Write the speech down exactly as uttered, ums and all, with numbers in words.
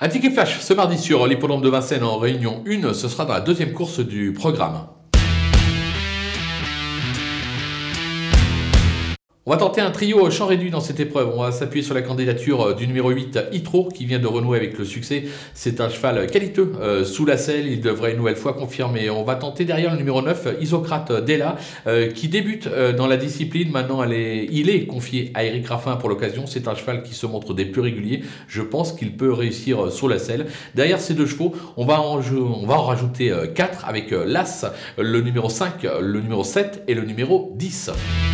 Un ticket flash ce mardi sur l'hippodrome de Vincennes en Réunion un, ce sera dans la deuxième course du programme. On va tenter un trio champ réduit dans cette épreuve. On va s'appuyer sur la candidature du numéro huit, Itro, qui vient de renouer avec le succès. C'est un cheval qualiteux euh, sous la selle. Il devrait une nouvelle fois confirmer. On va tenter derrière le numéro neuf, Isocrate Della, euh, qui débute euh, dans la discipline. Maintenant, elle est, il est confié à Eric Raffin pour l'occasion. C'est un cheval qui se montre des plus réguliers. Je pense qu'il peut réussir euh, sous la selle. Derrière ces deux chevaux, on va en, on va en rajouter euh, quatre avec euh, l'As, le numéro cinq, le numéro sept et le numéro dix.